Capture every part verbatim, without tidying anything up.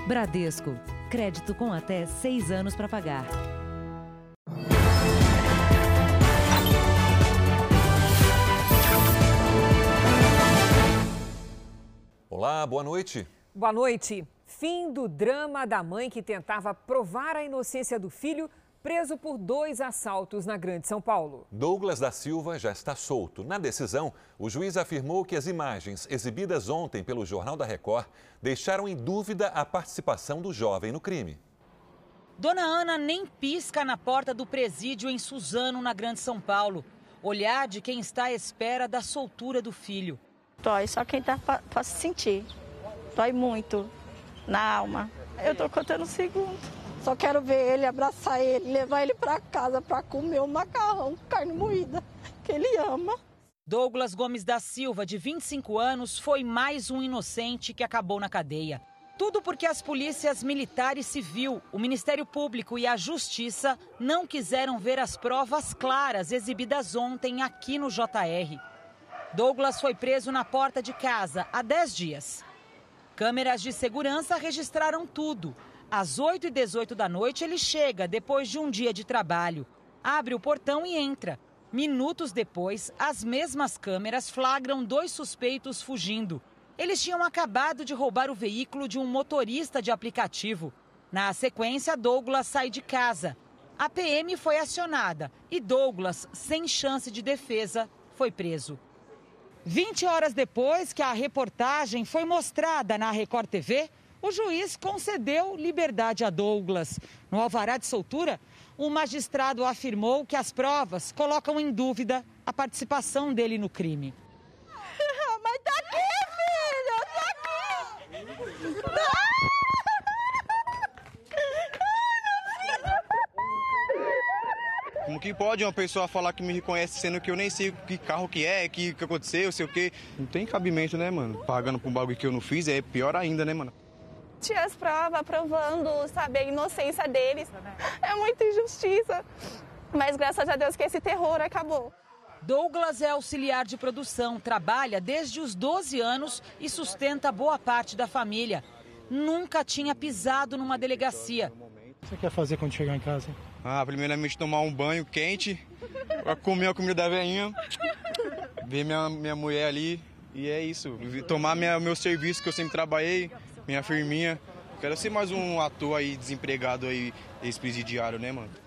Bradesco. Crédito com até seis anos para pagar. Olá, boa noite. Boa noite. Fim do drama da mãe que tentava provar a inocência do filho, preso por dois assaltos na Grande São Paulo. Douglas da Silva já está solto. Na decisão, o juiz afirmou que as imagens exibidas ontem pelo Jornal da Record deixaram em dúvida a participação do jovem no crime. Dona Ana nem pisca na porta do presídio em Suzano, na Grande São Paulo. Olhar de quem está à espera da soltura do filho. Dói, só quem tá para se sentir. Dói muito na alma. Eu tô contando segundo. Só quero ver ele, abraçar ele, levar ele para casa para comer o macarrão, carne moída, que ele ama. Douglas Gomes da Silva, de vinte e cinco anos, foi mais um inocente que acabou na cadeia. Tudo porque as polícias militar e civil, o Ministério Público e a Justiça não quiseram ver as provas claras exibidas ontem aqui no J R. Douglas foi preso na porta de casa há dez dias. Câmeras de segurança registraram tudo. Às oito e dezoito da noite, ele chega depois de um dia de trabalho. Abre o portão e entra. Minutos depois, as mesmas câmeras flagram dois suspeitos fugindo. Eles tinham acabado de roubar o veículo de um motorista de aplicativo. Na sequência, Douglas sai de casa. A P M foi acionada e Douglas, sem chance de defesa, foi preso. vinte horas depois que a reportagem foi mostrada na Record T V, o juiz concedeu liberdade a Douglas. No alvará de soltura, o magistrado afirmou que as provas colocam em dúvida a participação dele no crime. Mas tá aqui, filho! Tá aqui! Como que pode uma pessoa falar que me reconhece, sendo que eu nem sei que carro que é, que, que aconteceu, sei o quê? Não tem cabimento, né, mano? Pagando por um bagulho que eu não fiz, é pior ainda, né, mano? Tinha as provas provando, sabe, a inocência deles. É muita injustiça. Mas graças a Deus que esse terror acabou. Douglas é auxiliar de produção, trabalha desde os doze anos e sustenta boa parte da família. Nunca tinha pisado numa delegacia. O que você quer fazer quando chegar em casa? Ah, primeiramente tomar um banho quente, comer a comida da velhinha, ver minha, minha mulher ali, e é isso. Tomar minha, meu serviço que eu sempre trabalhei, minha firminha. Quero ser mais um ator aí, desempregado aí, ex-presidiário, né, mano?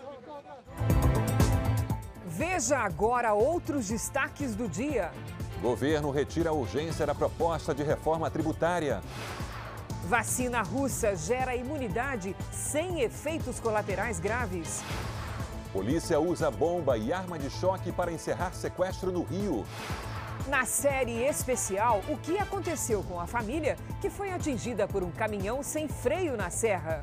Veja agora outros destaques do dia. Governo retira a urgência da proposta de reforma tributária. Vacina russa gera imunidade sem efeitos colaterais graves. Polícia usa bomba e arma de choque para encerrar sequestro no Rio. Na série especial, o que aconteceu com a família que foi atingida por um caminhão sem freio na serra?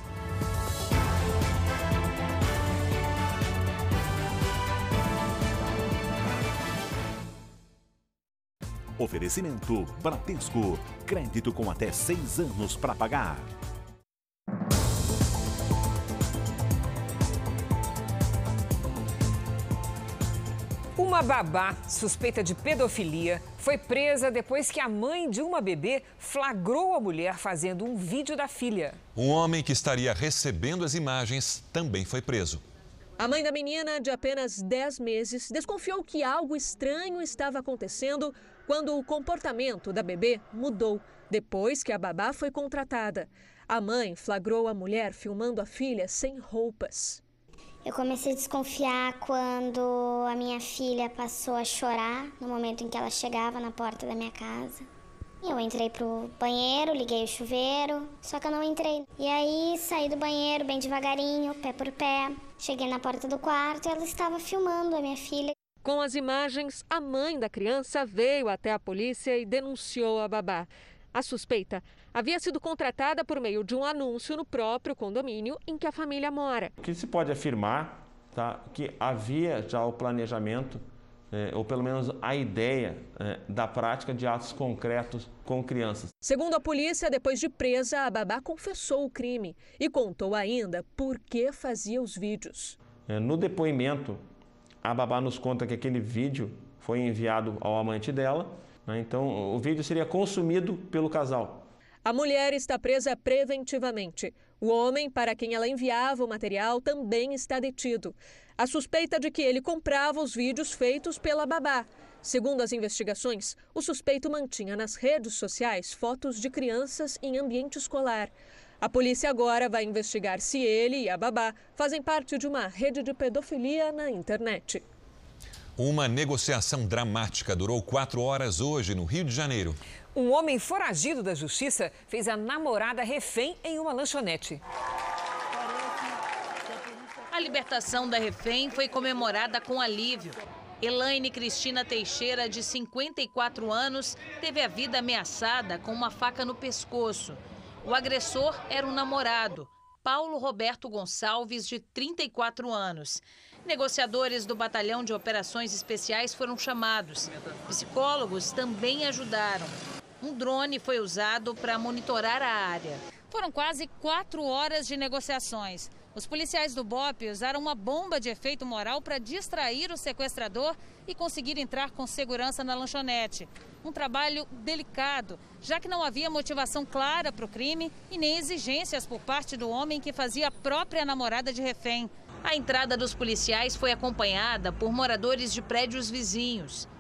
Oferecimento Bradesco. Crédito com até seis anos para pagar. Uma babá suspeita de pedofilia foi presa depois que a mãe de uma bebê flagrou a mulher fazendo um vídeo da filha. Um homem que estaria recebendo as imagens também foi preso. A mãe da menina, de apenas dez meses, desconfiou que algo estranho estava acontecendo quando o comportamento da bebê mudou, depois que a babá foi contratada. A mãe flagrou a mulher filmando a filha sem roupas. Eu comecei a desconfiar quando a minha filha passou a chorar no momento em que ela chegava na porta da minha casa. Eu entrei pro banheiro, liguei o chuveiro, só que eu não entrei. E aí saí do banheiro bem devagarinho, pé por pé. Cheguei na porta do quarto e ela estava filmando a minha filha. Com as imagens, a mãe da criança veio até a polícia e denunciou a babá. A suspeita havia sido contratada por meio de um anúncio no próprio condomínio em que a família mora. O que se pode afirmar, tá, que havia já o planejamento, é, ou pelo menos a ideia é, da prática de atos concretos com crianças. Segundo a polícia, depois de presa, a babá confessou o crime e contou ainda por que fazia os vídeos. É, no depoimento, a babá nos conta que aquele vídeo foi enviado ao amante dela. Então, o vídeo seria consumido pelo casal. A mulher está presa preventivamente. O homem, para quem ela enviava o material, também está detido. A suspeita de que ele comprava os vídeos feitos pela babá. Segundo as investigações, o suspeito mantinha nas redes sociais fotos de crianças em ambiente escolar. A polícia agora vai investigar se ele e a babá fazem parte de uma rede de pedofilia na internet. Uma negociação dramática durou quatro horas hoje no Rio de Janeiro. Um homem foragido da justiça fez a namorada refém em uma lanchonete. A libertação da refém foi comemorada com alívio. Elaine Cristina Teixeira, de cinquenta e quatro anos, teve a vida ameaçada com uma faca no pescoço. O agressor era um namorado, Paulo Roberto Gonçalves, de trinta e quatro anos. Negociadores do Batalhão de Operações Especiais foram chamados. Psicólogos também ajudaram. Um drone foi usado para monitorar a área. Foram quase quatro horas de negociações. Os policiais do B O P usaram uma bomba de efeito moral para distrair o sequestrador e conseguir entrar com segurança na lanchonete. Um trabalho delicado, já que não havia motivação clara para o crime e nem exigências por parte do homem que fazia a própria namorada de refém. A entrada dos policiais foi acompanhada por moradores de prédios vizinhos.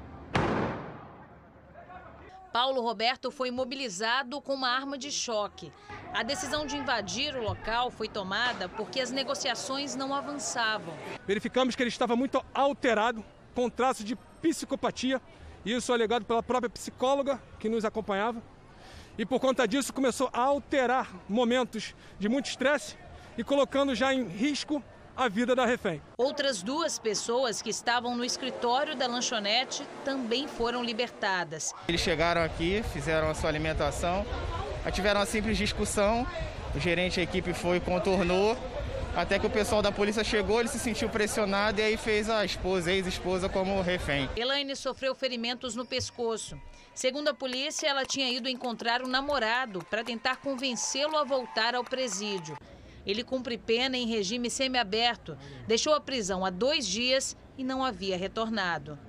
Paulo Roberto foi imobilizado com uma arma de choque. A decisão de invadir o local foi tomada porque as negociações não avançavam. Verificamos que ele estava muito alterado, com traços de psicopatia, isso alegado pela própria psicóloga que nos acompanhava. E por conta disso começou a alterar momentos de muito estresse e colocando já em risco a vida da refém. Outras duas pessoas que estavam no escritório da lanchonete também foram libertadas. Eles chegaram aqui, fizeram a sua alimentação, tiveram uma simples discussão, o gerente da equipe foi e contornou, até que o pessoal da polícia chegou, ele se sentiu pressionado e aí fez a esposa, a ex-esposa como refém. Elaine sofreu ferimentos no pescoço. Segundo a polícia, ela tinha ido encontrar o namorado para tentar convencê-lo a voltar ao presídio. Ele cumpre pena em regime semiaberto, deixou a prisão há dois dias e não havia retornado.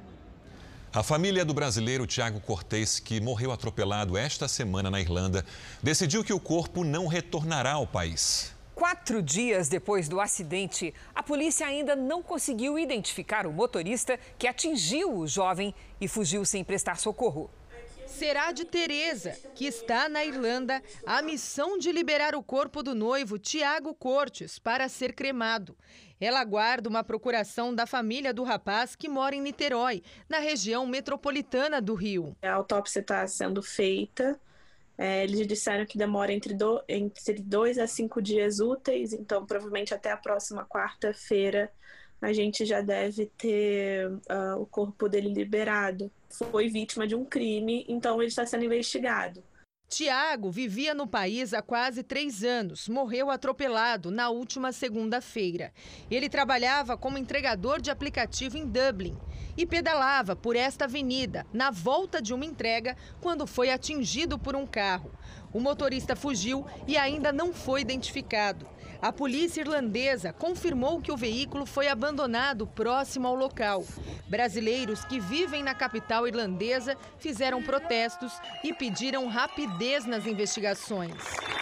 A família do brasileiro Tiago Cortez, que morreu atropelado esta semana na Irlanda, decidiu que o corpo não retornará ao país. Quatro dias depois do acidente, a polícia ainda não conseguiu identificar o motorista que atingiu o jovem e fugiu sem prestar socorro. Será de Teresa, que está na Irlanda, a missão de liberar o corpo do noivo Tiago Cortes para ser cremado. Ela aguarda uma procuração da família do rapaz que mora em Niterói, na região metropolitana do Rio. A autópsia está sendo feita. É, eles disseram que demora entre, do, entre dois a cinco dias úteis, então provavelmente até a próxima quarta-feira a gente já deve ter uh, o corpo dele liberado. Foi vítima de um crime, então ele está sendo investigado. Tiago vivia no país há quase três anos. Morreu atropelado na última segunda-feira. Ele trabalhava como entregador de aplicativo em Dublin e pedalava por esta avenida na volta de uma entrega quando foi atingido por um carro. O motorista fugiu e ainda não foi identificado. A polícia irlandesa confirmou que o veículo foi abandonado próximo ao local. Brasileiros que vivem na capital irlandesa fizeram protestos e pediram rapidez nas investigações.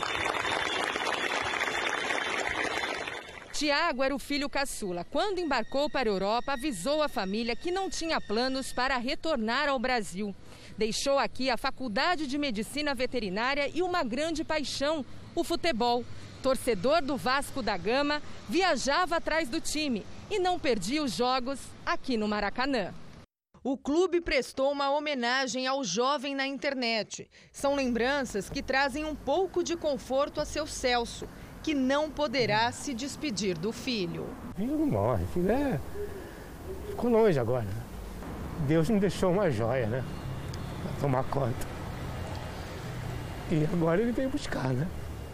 Tiago era o filho caçula. Quando embarcou para a Europa, avisou a família que não tinha planos para retornar ao Brasil. Deixou aqui a faculdade de medicina veterinária e uma grande paixão, o futebol. Torcedor do Vasco da Gama, viajava atrás do time e não perdia os jogos aqui no Maracanã. O clube prestou uma homenagem ao jovem na internet. São lembranças que trazem um pouco de conforto a seu Celso, que não poderá se despedir do filho. Filho não morre, filho é... ficou longe agora. Deus me deixou uma joia, né? Pra tomar conta. E agora ele veio buscar, né?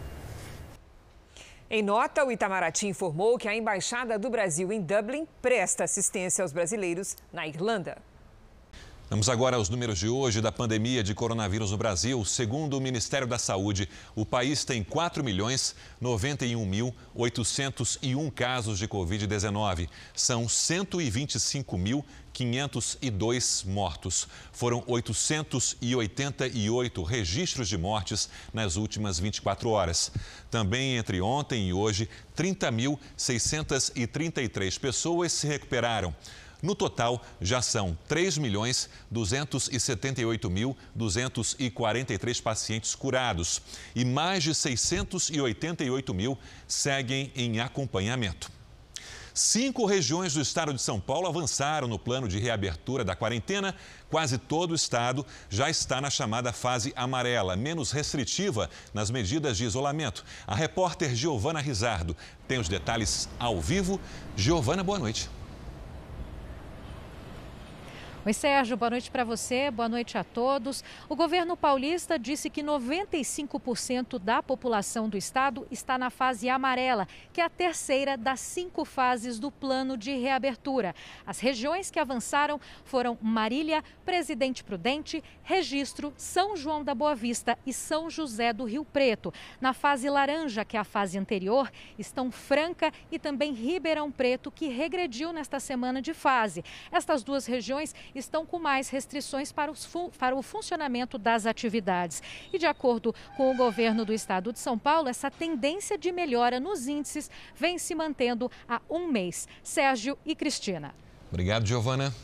Em nota, o Itamaraty informou que a Embaixada do Brasil em Dublin presta assistência aos brasileiros na Irlanda. Vamos agora aos números de hoje da pandemia de coronavírus no Brasil. Segundo o Ministério da Saúde, o país tem quatro milhões noventa e um mil oitocentos e um casos de covid dezenove. São cento e vinte e cinco mil quinhentos e dois mortos. Foram oitocentos e oitenta e oito registros de mortes nas últimas vinte e quatro horas. Também entre ontem e hoje, trinta mil seiscentos e trinta e três pessoas se recuperaram. No total, já são três milhões duzentos e setenta e oito mil duzentos e quarenta e três pacientes curados e mais de seiscentos e oitenta e oito mil seguem em acompanhamento. Cinco regiões do estado de São Paulo avançaram no plano de reabertura da quarentena. Quase todo o estado já está na chamada fase amarela, menos restritiva nas medidas de isolamento. A repórter Giovana Rizardo tem os detalhes ao vivo. Giovana, boa noite. Oi, Sérgio, boa noite para você, boa noite a todos. O governo paulista disse que noventa e cinco por cento da população do estado está na fase amarela, que é a terceira das cinco fases do plano de reabertura. As regiões que avançaram foram Marília, Presidente Prudente, Registro, São João da Boa Vista e São José do Rio Preto. Na fase laranja, que é a fase anterior, estão Franca e também Ribeirão Preto, que regrediu nesta semana de fase. Estas duas regiões estão com mais restrições para, os fu- para o funcionamento das atividades. E de acordo com o governo do estado de São Paulo, essa tendência de melhora nos índices vem se mantendo há um mês. Sérgio e Cristina. Obrigado, Giovana.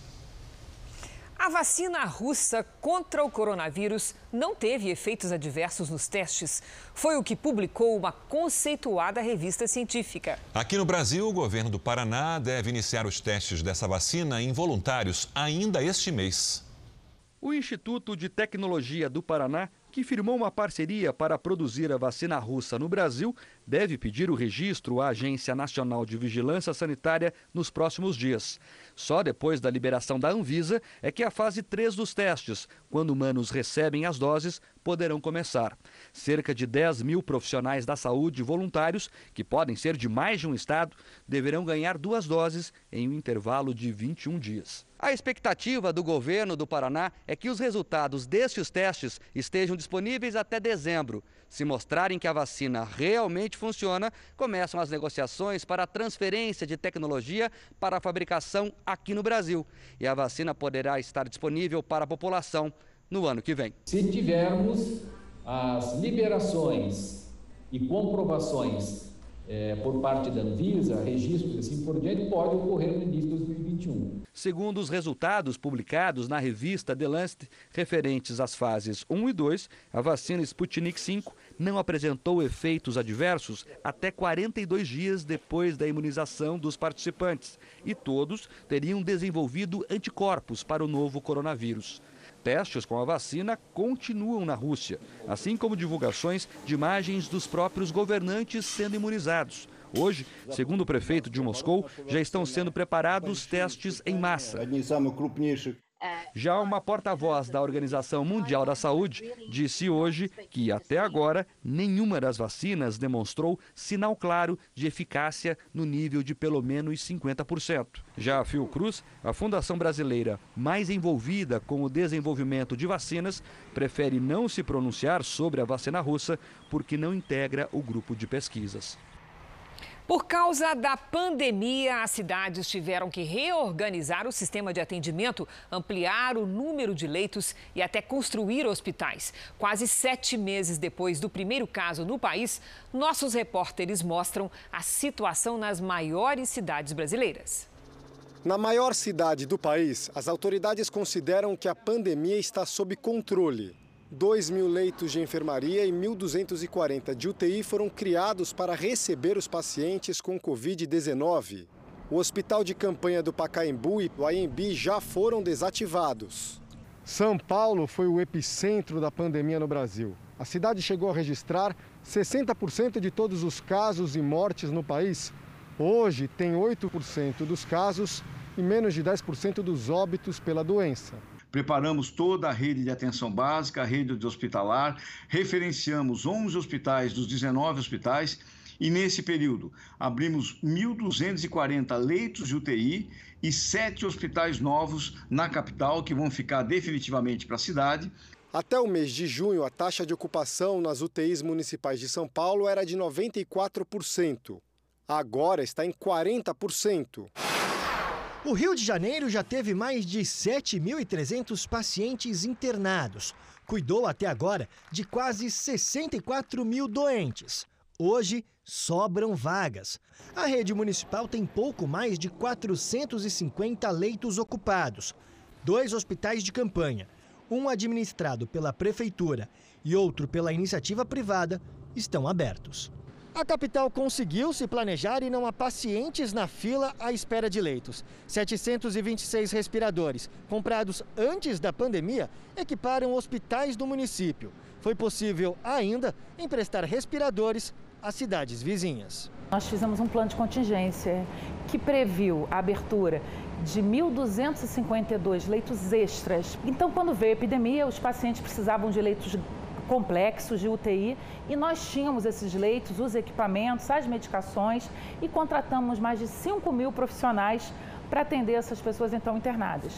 A vacina russa contra o coronavírus não teve efeitos adversos nos testes. Foi o que publicou uma conceituada revista científica. Aqui no Brasil, o governo do Paraná deve iniciar os testes dessa vacina em voluntários ainda este mês. O Instituto de Tecnologia do Paraná, que firmou uma parceria para produzir a vacina russa no Brasil, deve pedir o registro à Agência Nacional de Vigilância Sanitária nos próximos dias. Só depois da liberação da Anvisa é que a fase três dos testes, quando humanos recebem as doses, poderão começar. Cerca de dez mil profissionais da saúde voluntários, que podem ser de mais de um estado, deverão ganhar duas doses em um intervalo de vinte e um dias. A expectativa do governo do Paraná é que os resultados destes testes estejam disponíveis até dezembro. Se mostrarem que a vacina realmente funciona, começam as negociações para a transferência de tecnologia para a fabricação aqui no Brasil. E a vacina poderá estar disponível para a população no ano que vem. Se tivermos as liberações e comprovações é, por parte da Anvisa, registros e assim por diante, pode ocorrer no início de dois mil e vinte e um. Segundo os resultados publicados na revista The Lancet, referentes às fases um e dois, a vacina Sputnik cinco não apresentou efeitos adversos até quarenta e dois dias depois da imunização dos participantes, e todos teriam desenvolvido anticorpos para o novo coronavírus. Testes com a vacina continuam na Rússia, assim como divulgações de imagens dos próprios governantes sendo imunizados. Hoje, segundo o prefeito de Moscou, já estão sendo preparados testes em massa. Já uma porta-voz da Organização Mundial da Saúde disse hoje que, até agora, nenhuma das vacinas demonstrou sinal claro de eficácia no nível de pelo menos cinquenta por cento. Já a Fiocruz, a fundação brasileira mais envolvida com o desenvolvimento de vacinas, prefere não se pronunciar sobre a vacina russa porque não integra o grupo de pesquisas. Por causa da pandemia, as cidades tiveram que reorganizar o sistema de atendimento, ampliar o número de leitos e até construir hospitais. Quase sete meses depois do primeiro caso no país, nossos repórteres mostram a situação nas maiores cidades brasileiras. Na maior cidade do país, as autoridades consideram que a pandemia está sob controle. dois mil leitos de enfermaria e mil duzentos e quarenta de U T I foram criados para receber os pacientes com covid dezenove. O hospital de campanha do Pacaembu e o A M B já foram desativados. São Paulo foi o epicentro da pandemia no Brasil. A cidade chegou a registrar sessenta por cento de todos os casos e mortes no país. Hoje tem oito por cento dos casos e menos de dez por cento dos óbitos pela doença. Preparamos toda a rede de atenção básica, a rede de hospitalar, referenciamos onze hospitais dos dezenove hospitais E nesse período, abrimos mil duzentos e quarenta leitos de U T I e sete hospitais novos na capital, que vão ficar definitivamente para a cidade. Até o mês de junho, a taxa de ocupação nas U T Is municipais de São Paulo era de noventa e quatro por cento. Agora está em quarenta por cento. O Rio de Janeiro já teve mais de sete mil e trezentos pacientes internados. Cuidou até agora de quase sessenta e quatro mil doentes. Hoje, sobram vagas. A rede municipal tem pouco mais de quatrocentos e cinquenta leitos ocupados. Dois hospitais de campanha, um administrado pela prefeitura e outro pela iniciativa privada, estão abertos. A capital conseguiu se planejar e não há pacientes na fila à espera de leitos. setecentos e vinte e seis respiradores, comprados antes da pandemia, equiparam hospitais do município. Foi possível ainda emprestar respiradores às cidades vizinhas. Nós fizemos um plano de contingência que previu a abertura de mil duzentos e cinquenta e dois leitos extras. Então, quando veio a epidemia, os pacientes precisavam de leitos complexos de U T I e nós tínhamos esses leitos, os equipamentos, as medicações e contratamos mais de cinco mil profissionais para atender essas pessoas então internadas.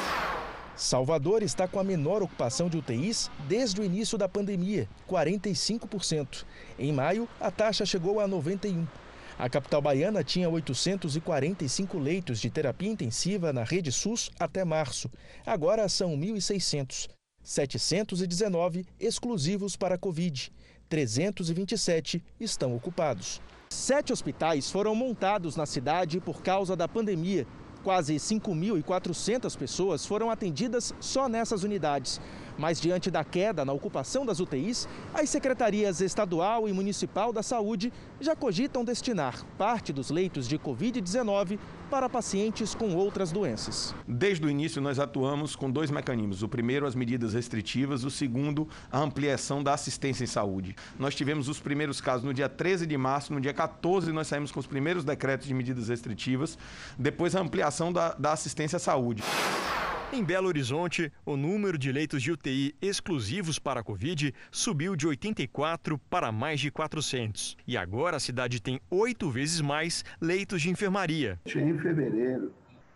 Salvador está com a menor ocupação de U T Is desde o início da pandemia, quarenta e cinco por cento. Em maio, a taxa chegou a noventa e um por cento. A capital baiana tinha oitocentos e quarenta e cinco leitos de terapia intensiva na rede SUS até março. Agora são mil e seiscentos. setecentos e dezenove exclusivos para a Covid. trezentos e vinte e sete estão ocupados. Sete hospitais foram montados na cidade por causa da pandemia. Quase cinco mil e quatrocentas pessoas foram atendidas só nessas unidades. Mas diante da queda na ocupação das U T Is, as secretarias estadual e municipal da saúde já cogitam destinar parte dos leitos de Covid dezenove para pacientes com outras doenças. Desde o início nós atuamos com dois mecanismos. O primeiro, as medidas restritivas. O segundo, a ampliação da assistência em saúde. Nós tivemos os primeiros casos no dia treze de março, no dia quatorze nós saímos com os primeiros decretos de medidas restritivas. Depois a ampliação da, da assistência à saúde. Em Belo Horizonte, o número de leitos de U T I exclusivos para a Covid subiu de oitenta e quatro para mais de quatrocentos. E agora a cidade tem oito vezes mais leitos de enfermaria. Em fevereiro,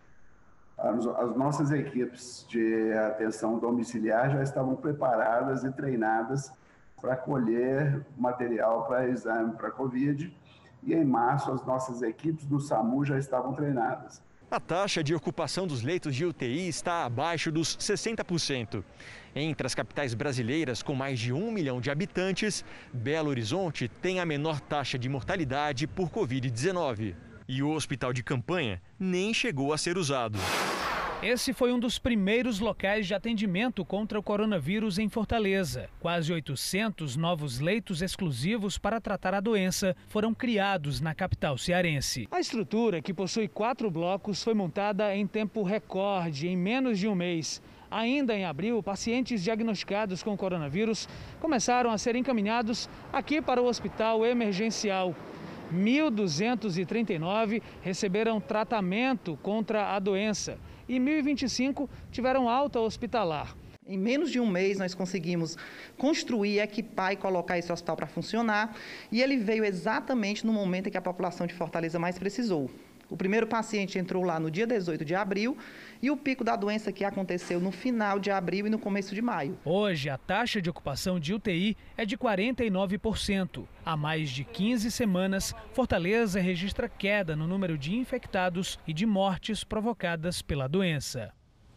as, as nossas equipes de atenção domiciliar já estavam preparadas e treinadas para colher material para exame para Covid. E em março, as nossas equipes do SAMU já estavam treinadas. A taxa de ocupação dos leitos de U T I está abaixo dos sessenta por cento. Entre as capitais brasileiras com mais de um milhão de habitantes, Belo Horizonte tem a menor taxa de mortalidade por Covid dezenove. E o hospital de campanha nem chegou a ser usado. Esse foi um dos primeiros locais de atendimento contra o coronavírus em Fortaleza. Quase oitocentos novos leitos exclusivos para tratar a doença foram criados na capital cearense. A estrutura, que possui quatro blocos, foi montada em tempo recorde, em menos de um mês. Ainda em abril, pacientes diagnosticados com coronavírus começaram a ser encaminhados aqui para o hospital emergencial. mil duzentos e trinta e nove receberam tratamento contra a doença e mil e vinte e cinco tiveram alta hospitalar. Em menos de um mês nós conseguimos construir, equipar e colocar esse hospital para funcionar, e ele veio exatamente no momento em que a população de Fortaleza mais precisou. O primeiro paciente entrou lá no dia dezoito de abril e o pico da doença que aconteceu no final de abril e no começo de maio. Hoje, a taxa de ocupação de U T I é de quarenta e nove por cento. Há mais de quinze semanas, Fortaleza registra queda no número de infectados e de mortes provocadas pela doença.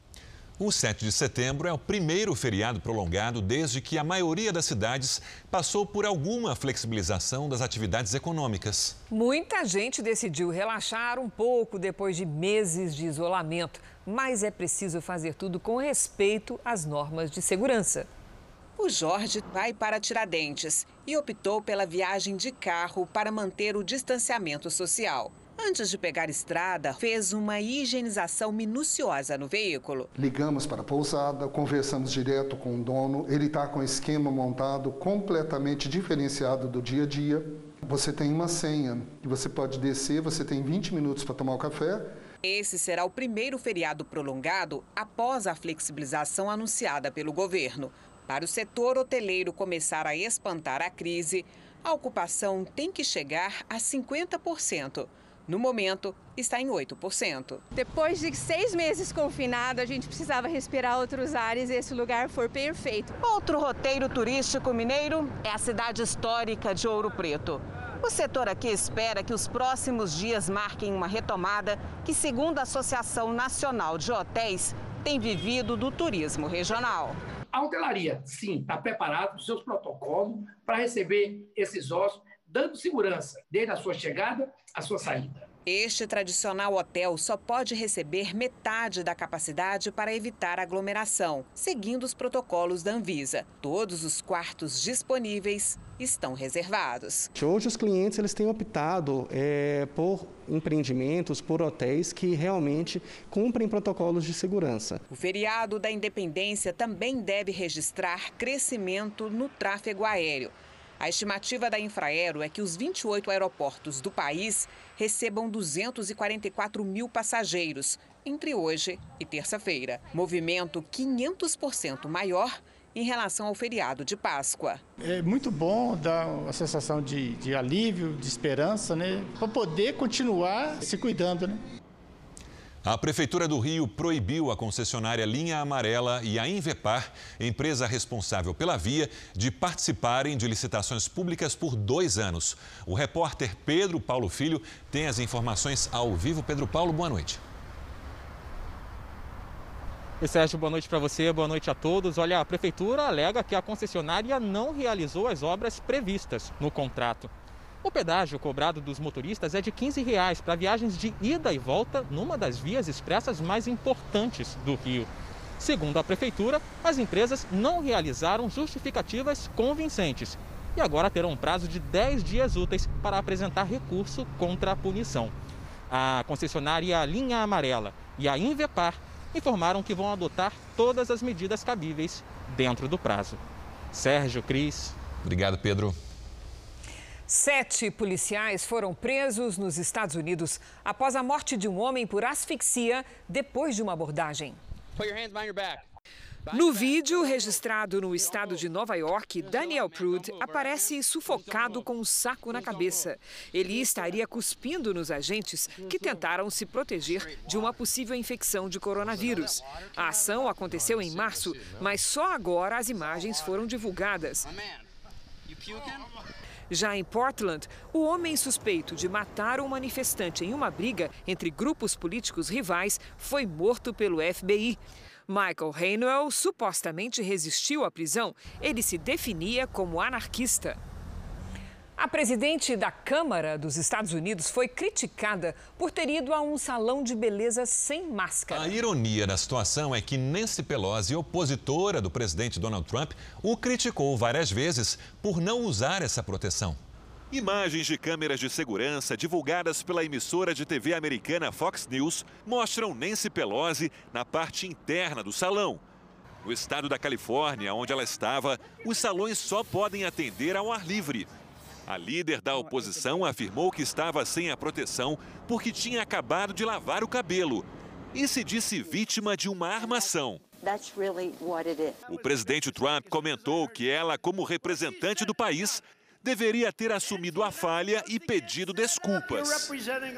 O sete de setembro é o primeiro feriado prolongado desde que a maioria das cidades passou por alguma flexibilização das atividades econômicas. Muita gente decidiu relaxar um pouco depois de meses de isolamento, mas é preciso fazer tudo com respeito às normas de segurança. O Jorge vai para Tiradentes e optou pela viagem de carro para manter o distanciamento social. Antes de pegar estrada, fez uma higienização minuciosa no veículo. Ligamos para a pousada, conversamos direto com o dono. Ele está com o esquema montado completamente diferenciado do dia a dia. Você tem uma senha que você pode descer, você tem vinte minutos para tomar o café. Esse será o primeiro feriado prolongado após a flexibilização anunciada pelo governo. Para o setor hoteleiro começar a espantar a crise, A ocupação tem que chegar a cinquenta por cento. No momento, está em oito por cento. Depois de seis meses confinado, a gente precisava respirar outros ares e esse lugar foi perfeito. Outro roteiro turístico mineiro é a cidade histórica de Ouro Preto. O setor aqui espera que os próximos dias marquem uma retomada que, segundo a Associação Nacional de Hotéis, tem vivido do turismo regional. A hotelaria, sim, está preparada com seus protocolos para receber esses hóspedes, dando segurança, desde a sua chegada à sua saída. Este tradicional hotel só pode receber metade da capacidade para evitar aglomeração, seguindo os protocolos da Anvisa. Todos os quartos disponíveis estão reservados. Hoje os clientes eles têm optado é, por empreendimentos, por hotéis que realmente cumprem protocolos de segurança. O feriado da Independência também deve registrar crescimento no tráfego aéreo. A estimativa da Infraero é que os vinte e oito aeroportos do país recebam duzentos e quarenta e quatro mil passageiros entre hoje e terça-feira. Movimento quinhentos por cento maior em relação ao feriado de Páscoa. É muito bom, dá uma sensação de, de alívio, de esperança, né? Para poder continuar se cuidando, né? A Prefeitura do Rio proibiu a concessionária Linha Amarela e a Invepar, empresa responsável pela via, de participarem de licitações públicas por dois anos. O repórter Pedro Paulo Filho tem as informações ao vivo. Pedro Paulo, boa noite. Oi, Sérgio, boa noite para você, boa noite a todos. Olha, a Prefeitura alega que a concessionária não realizou as obras previstas no contrato. O pedágio cobrado dos motoristas é de quinze reais para viagens de ida e volta numa das vias expressas mais importantes do Rio. Segundo a Prefeitura, as empresas não realizaram justificativas convincentes e agora terão um prazo de dez dias úteis para apresentar recurso contra a punição. A concessionária Linha Amarela e a Invepar informaram que vão adotar todas as medidas cabíveis dentro do prazo. Sérgio, Cris. Obrigado, Pedro. Sete policiais foram presos nos Estados Unidos após a morte de um homem por asfixia depois de uma abordagem. No vídeo registrado no estado de Nova York, Daniel Prude aparece sufocado com um saco na cabeça. Ele estaria cuspindo nos agentes que tentaram se proteger de uma possível infecção de coronavírus. A ação aconteceu em março, mas só agora as imagens foram divulgadas. Já em Portland, o homem suspeito de matar um manifestante em uma briga entre grupos políticos rivais foi morto pelo F B I. Michael Hainwell supostamente resistiu à prisão. Ele se definia como anarquista. A presidente da Câmara dos Estados Unidos foi criticada por ter ido a um salão de beleza sem máscara. A ironia da situação é que Nancy Pelosi, opositora do presidente Donald Trump, o criticou várias vezes por não usar essa proteção. Imagens de câmeras de segurança divulgadas pela emissora de T V americana Fox News mostram Nancy Pelosi na parte interna do salão. No estado da Califórnia, onde ela estava, os salões só podem atender ao ar livre. A líder da oposição afirmou que estava sem a proteção porque tinha acabado de lavar o cabelo e se disse vítima de uma armação. O presidente Trump comentou que ela, como representante do país, deveria ter assumido a falha e pedido desculpas.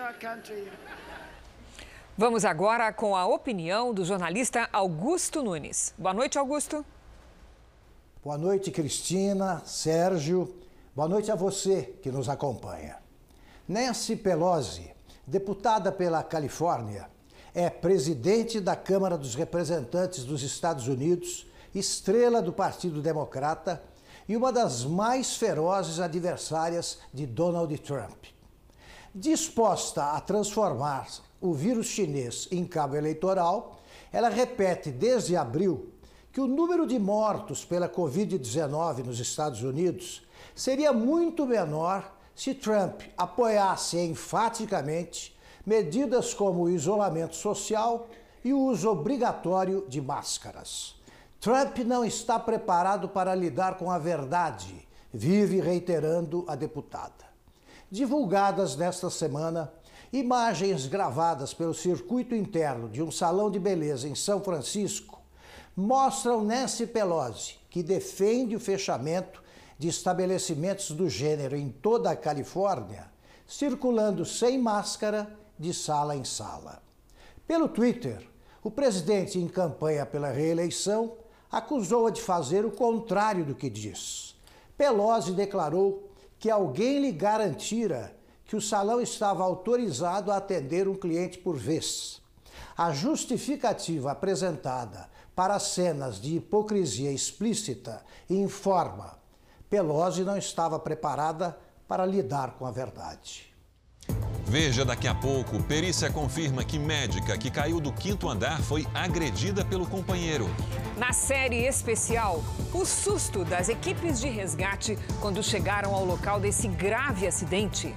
Vamos agora com a opinião do jornalista Augusto Nunes. Boa noite, Augusto. Boa noite, Cristina, Sérgio. Boa noite a você que nos acompanha. Nancy Pelosi, deputada pela Califórnia, é presidente da Câmara dos Representantes dos Estados Unidos, estrela do Partido Democrata e uma das mais ferozes adversárias de Donald Trump. Disposta a transformar o vírus chinês em cabo eleitoral, ela repete desde abril que o número de mortos pela covid dezenove nos Estados Unidos seria muito menor se Trump apoiasse enfaticamente medidas como o isolamento social e o uso obrigatório de máscaras. Trump não está preparado para lidar com a verdade, vive reiterando a deputada. Divulgadas nesta semana, imagens gravadas pelo circuito interno de um salão de beleza em São Francisco mostram Nancy Pelosi, que defende o fechamento de estabelecimentos do gênero em toda a Califórnia, circulando sem máscara de sala em sala. Pelo Twitter, o presidente em campanha pela reeleição acusou-a de fazer o contrário do que diz. Pelosi declarou que alguém lhe garantira que o salão estava autorizado a atender um cliente por vez. A justificativa apresentada para cenas de hipocrisia explícita informa: Pelosi não estava preparada para lidar com a verdade. Veja daqui a pouco, perícia confirma que médica que caiu do quinto andar foi agredida pelo companheiro. Na série especial, o susto das equipes de resgate quando chegaram ao local desse grave acidente.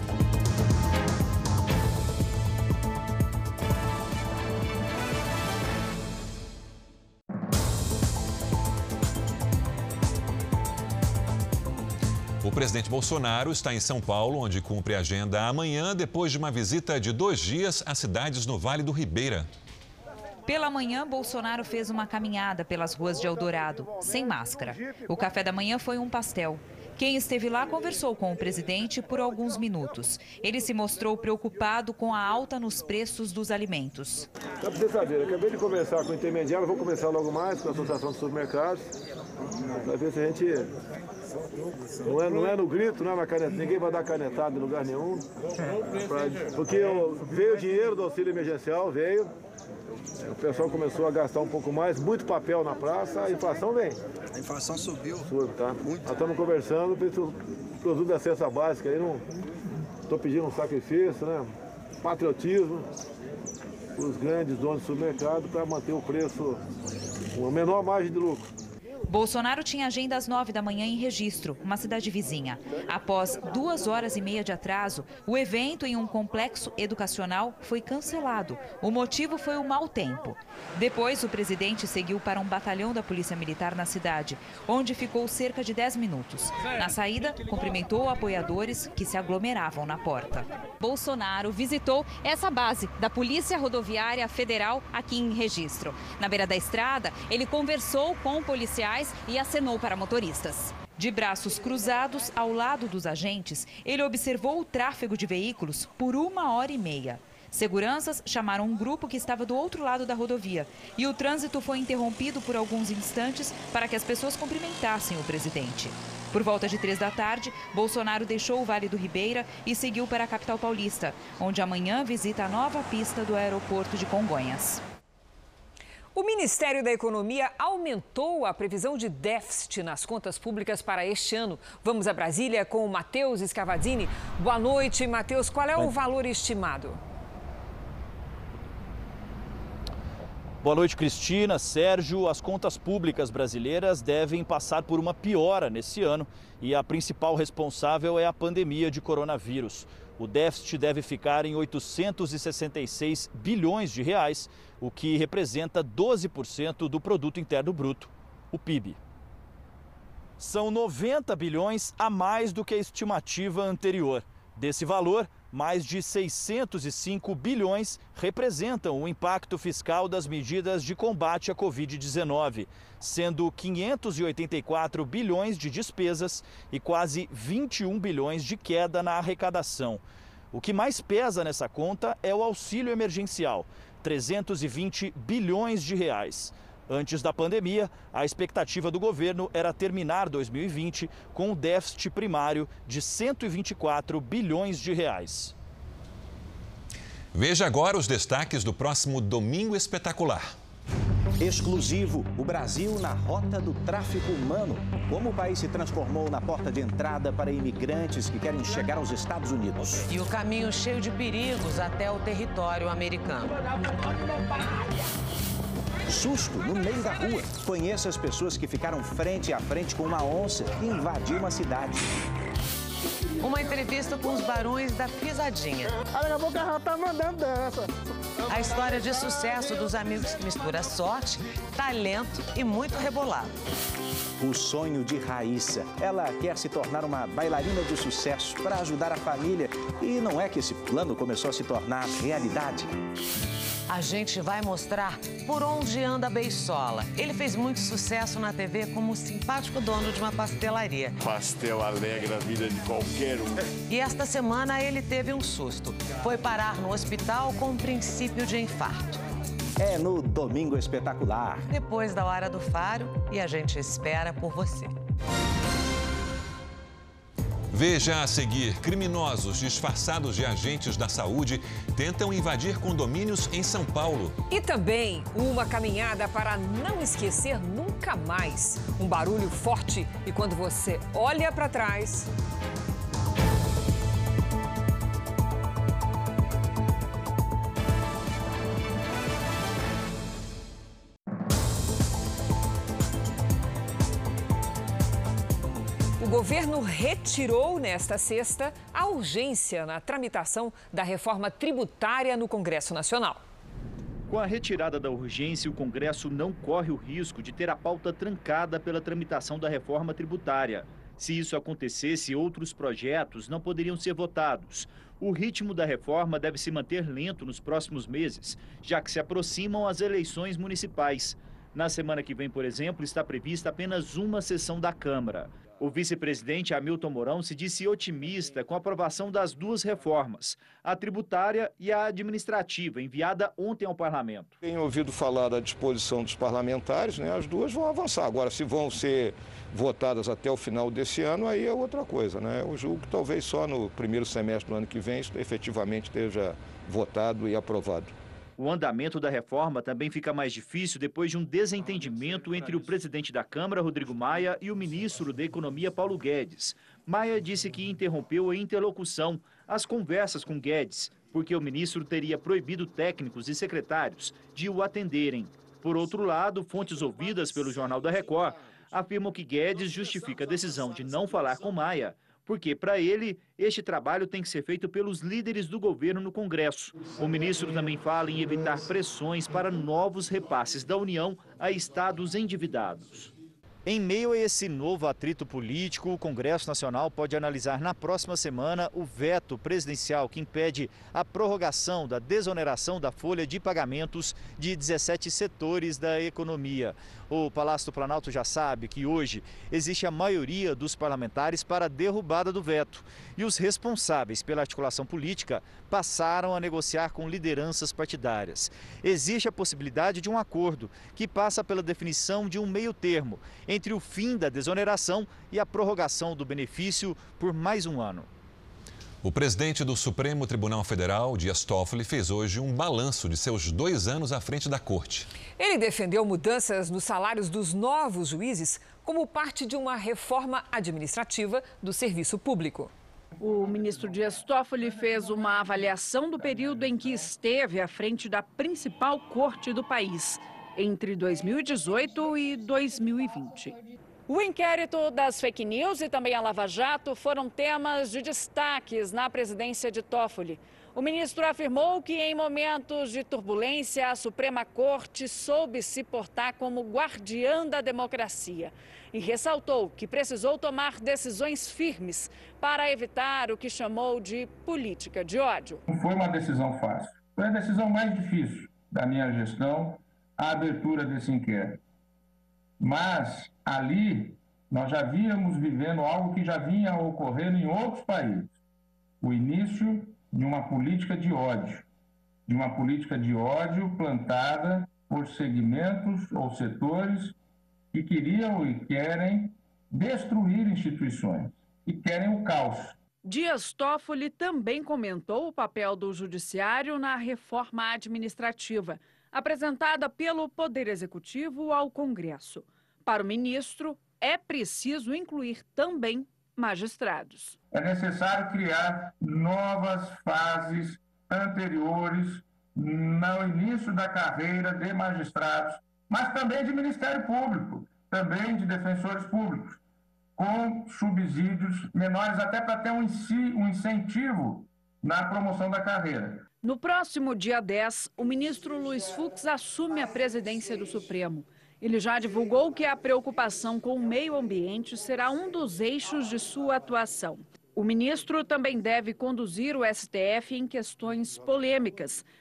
O presidente Bolsonaro está em São Paulo, onde cumpre a agenda amanhã, depois de uma visita de dois dias às cidades no Vale do Ribeira. Pela manhã, Bolsonaro fez uma caminhada pelas ruas de Eldorado, sem máscara. O café da manhã foi um pastel. Quem esteve lá conversou com o presidente por alguns minutos. Ele se mostrou preocupado com a alta nos preços dos alimentos. Só para você saber, eu acabei de conversar com o intermediário, vou conversar logo mais com a Associação de Supermercados, para ver se a gente... Não é, não é no grito, não é na caneta, ninguém vai dar canetada em lugar nenhum. Pra, porque veio o dinheiro do auxílio emergencial, veio. O pessoal começou a gastar um pouco mais, muito papel na praça, a inflação vem. A inflação subiu. Subiu, tá? Muito. Nós estamos conversando, o produto da cesta básica aí, não estou pedindo um sacrifício, né? Patriotismo, os grandes donos do supermercado para manter o preço, uma menor margem de lucro. Bolsonaro tinha agenda às nove da manhã em Registro, uma cidade vizinha. Após duas horas e meia de atraso, o evento em um complexo educacional foi cancelado. O motivo foi o mau tempo. Depois, o presidente seguiu para um batalhão da Polícia Militar na cidade, onde ficou cerca de dez minutos. Na saída, cumprimentou apoiadores que se aglomeravam na porta. Bolsonaro visitou essa base da Polícia Rodoviária Federal aqui em Registro. Na beira da estrada, ele conversou com policiais e acenou para motoristas. De braços cruzados ao lado dos agentes, ele observou o tráfego de veículos por uma hora e meia. Seguranças chamaram um grupo que estava do outro lado da rodovia e o trânsito foi interrompido por alguns instantes para que as pessoas cumprimentassem o presidente. Por volta de três da tarde, Bolsonaro deixou o Vale do Ribeira e seguiu para a capital paulista, onde amanhã visita a nova pista do aeroporto de Congonhas. O Ministério da Economia aumentou a previsão de déficit nas contas públicas para este ano. Vamos a Brasília com o Matheus Scavadini. Boa noite, Matheus. Qual é o valor estimado? Boa noite, Cristina, Sérgio. As contas públicas brasileiras devem passar por uma piora nesse ano e a principal responsável é a pandemia de coronavírus. O déficit deve ficar em oitocentos e sessenta e seis bilhões de reais, o que representa doze por cento do produto interno bruto, o P I B. São noventa bilhões a mais do que a estimativa anterior. Desse valor, mais de seiscentos e cinco bilhões representam o impacto fiscal das medidas de combate à covid dezenove, sendo quinhentos e oitenta e quatro bilhões de despesas e quase vinte e um bilhões de queda na arrecadação. O que mais pesa nessa conta é o auxílio emergencial, trezentos e vinte bilhões de reais. Antes da pandemia, a expectativa do governo era terminar dois mil e vinte com um déficit primário de cento e vinte e quatro bilhões de reais. Veja agora os destaques do próximo Domingo Espetacular. Exclusivo, o Brasil na rota do tráfico humano. Como o país se transformou na porta de entrada para imigrantes que querem chegar aos Estados Unidos. E o caminho cheio de perigos até o território americano. Susto no meio da rua. Conheça as pessoas que ficaram frente a frente com uma onça que invadiu uma cidade. Uma entrevista com os barões da pisadinha. Daqui a pouco ela tá mandando dança. A história de sucesso dos amigos que mistura sorte, talento e muito rebolado. O sonho de Raíssa. Ela quer se tornar uma bailarina de sucesso para ajudar a família. E não é que esse plano começou a se tornar realidade. a gente vai mostrar por onde anda a Beisola. Ele fez muito sucesso na T V como o simpático dono de uma pastelaria. Pastel alegra a vida de qualquer um. E esta semana ele teve um susto. Foi parar no hospital com um princípio de infarto. É no Domingo Espetacular. Depois da Hora do Faro, e a gente espera por você. Veja a seguir: criminosos disfarçados de agentes da saúde tentam invadir condomínios em São Paulo. E também uma caminhada para não esquecer nunca mais. Um barulho forte e quando você olha para trás... O governo retirou nesta sexta a urgência na tramitação da reforma tributária no Congresso Nacional. Com a retirada da urgência, o Congresso não corre o risco de ter a pauta trancada pela tramitação da reforma tributária. Se isso acontecesse, outros projetos não poderiam ser votados. O ritmo da reforma deve se manter lento nos próximos meses, já que se aproximam as eleições municipais. Na semana que vem, por exemplo, está prevista apenas uma sessão da Câmara. O vice-presidente Hamilton Mourão se disse otimista com a aprovação das duas reformas, a tributária e a administrativa, enviada ontem ao parlamento. Tenho ouvido falar da disposição dos parlamentares, né? As duas vão avançar. Agora, se vão ser votadas até o final desse ano, aí é outra coisa, né? Eu julgo que talvez só no primeiro semestre do ano que vem isso efetivamente esteja votado e aprovado. O andamento da reforma também fica mais difícil depois de um desentendimento entre o presidente da Câmara, Rodrigo Maia, e o ministro da Economia, Paulo Guedes. Maia disse que interrompeu a interlocução, as conversas com Guedes, porque o ministro teria proibido técnicos e secretários de o atenderem. Por outro lado, fontes ouvidas pelo Jornal da Record afirmam que Guedes justifica a decisão de não falar com Maia, porque, para ele, este trabalho tem que ser feito pelos líderes do governo no Congresso. O ministro também fala em evitar pressões para novos repasses da União a estados endividados. Em meio a esse novo atrito político, o Congresso Nacional pode analisar na próxima semana o veto presidencial que impede a prorrogação da desoneração da folha de pagamentos de dezessete setores da economia. O Palácio do Planalto já sabe que hoje existe a maioria dos parlamentares para a derrubada do veto. E os responsáveis pela articulação política passaram a negociar com lideranças partidárias. Existe a possibilidade de um acordo que passa pela definição de um meio termo entre o fim da desoneração e a prorrogação do benefício por mais um ano. O presidente do Supremo Tribunal Federal, Dias Toffoli, fez hoje um balanço de seus dois anos à frente da corte. Ele defendeu mudanças nos salários dos novos juízes como parte de uma reforma administrativa do serviço público. O ministro Dias Toffoli fez uma avaliação do período em que esteve à frente da principal corte do país, entre dois mil e dezoito e dois mil e vinte. O inquérito das fake news e também a Lava Jato foram temas de destaques na presidência de Toffoli. O ministro afirmou que em momentos de turbulência, a Suprema Corte soube se portar como guardiã da democracia. E ressaltou que precisou tomar decisões firmes para evitar o que chamou de política de ódio. Não foi uma decisão fácil. Foi a decisão mais difícil da minha gestão, a abertura desse inquérito. Mas ali nós já víamos vivendo algo que já vinha ocorrendo em outros países. O início de uma política de ódio. De uma política de ódio plantada por segmentos ou setores que queriam e querem destruir instituições e querem o caos. Dias Toffoli também comentou o papel do judiciário na reforma administrativa, apresentada pelo Poder Executivo ao Congresso. Para o ministro, é preciso incluir também magistrados. É necessário criar novas fases anteriores no início da carreira de magistrados, mas também de Ministério Público, também de defensores públicos, com subsídios menores, até para ter um incentivo na promoção da carreira. No próximo dia dez, o ministro Luiz Fux assume a presidência do Supremo. Ele já divulgou que a preocupação com o meio ambiente será um dos eixos de sua atuação. O ministro também deve conduzir o S T F em questões polêmicas,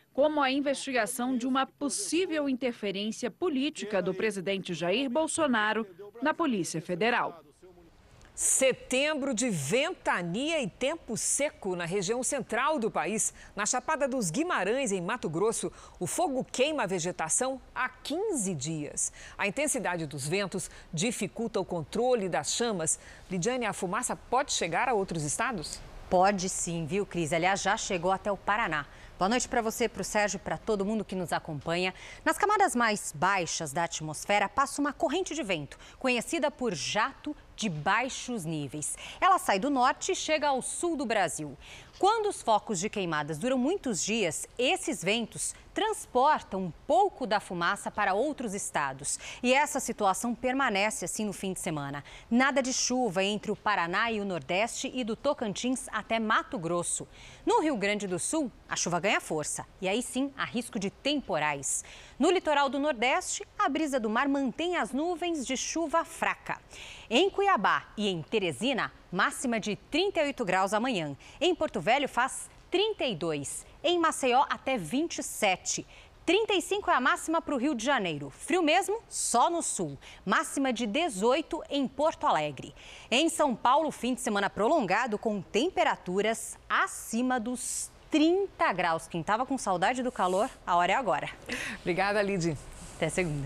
como a investigação de uma possível interferência política do presidente Jair Bolsonaro na Polícia Federal. Setembro de ventania e tempo seco na região central do país. Na Chapada dos Guimarães, em Mato Grosso, o fogo queima a vegetação há quinze dias. A intensidade dos ventos dificulta o controle das chamas. Lidiane, a fumaça pode chegar a outros estados? Pode sim, viu, Cris? Aliás, já chegou até o Paraná. Boa noite para você, para o Sérgio e para todo mundo que nos acompanha. Nas camadas mais baixas da atmosfera passa uma corrente de vento, conhecida por jato de baixos níveis. Ela sai do norte e chega ao sul do Brasil. Quando os focos de queimadas duram muitos dias, esses ventos transportam um pouco da fumaça para outros estados. E essa situação permanece assim no fim de semana. Nada de chuva entre o Paraná e o Nordeste e do Tocantins até Mato Grosso. No Rio Grande do Sul, a chuva ganha força e aí sim há risco de temporais. No litoral do Nordeste, a brisa do mar mantém as nuvens de chuva fraca. Em Cuiabá e em Teresina, máxima de trinta e oito graus amanhã. Em Porto Velho faz trinta e dois. Em Maceió até vinte e sete. trinta e cinco é a máxima para o Rio de Janeiro. Frio mesmo, só no sul. Máxima de dezoito em Porto Alegre. Em São Paulo, fim de semana prolongado com temperaturas acima dos trinta graus. Quem estava com saudade do calor, a hora é agora. Obrigada, Lidy. Até segunda.